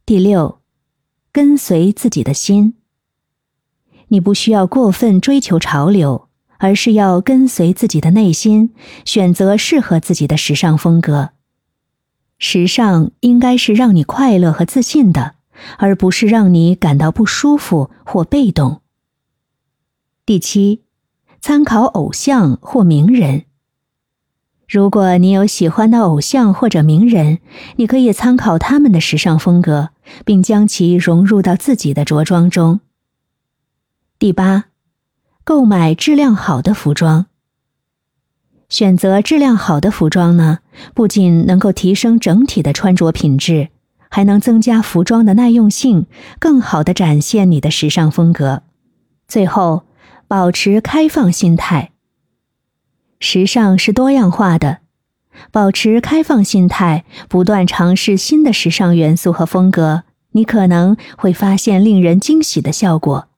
第六，跟随自己的心。你不需要过分追求潮流，而是要跟随自己的内心，选择适合自己的时尚风格。时尚应该是让你快乐和自信的，而不是让你感到不舒服或被动。第七，参考偶像或名人。如果你有喜欢的偶像或者名人，你可以参考他们的时尚风格，并将其融入到自己的着装中。第八，购买质量好的服装。选择质量好的服装呢，不仅能够提升整体的穿着品质，还能增加服装的耐用性，更好地展现你的时尚风格。最后，保持开放心态。时尚是多样化的，保持开放心态，不断尝试新的时尚元素和风格，你可能会发现令人惊喜的效果。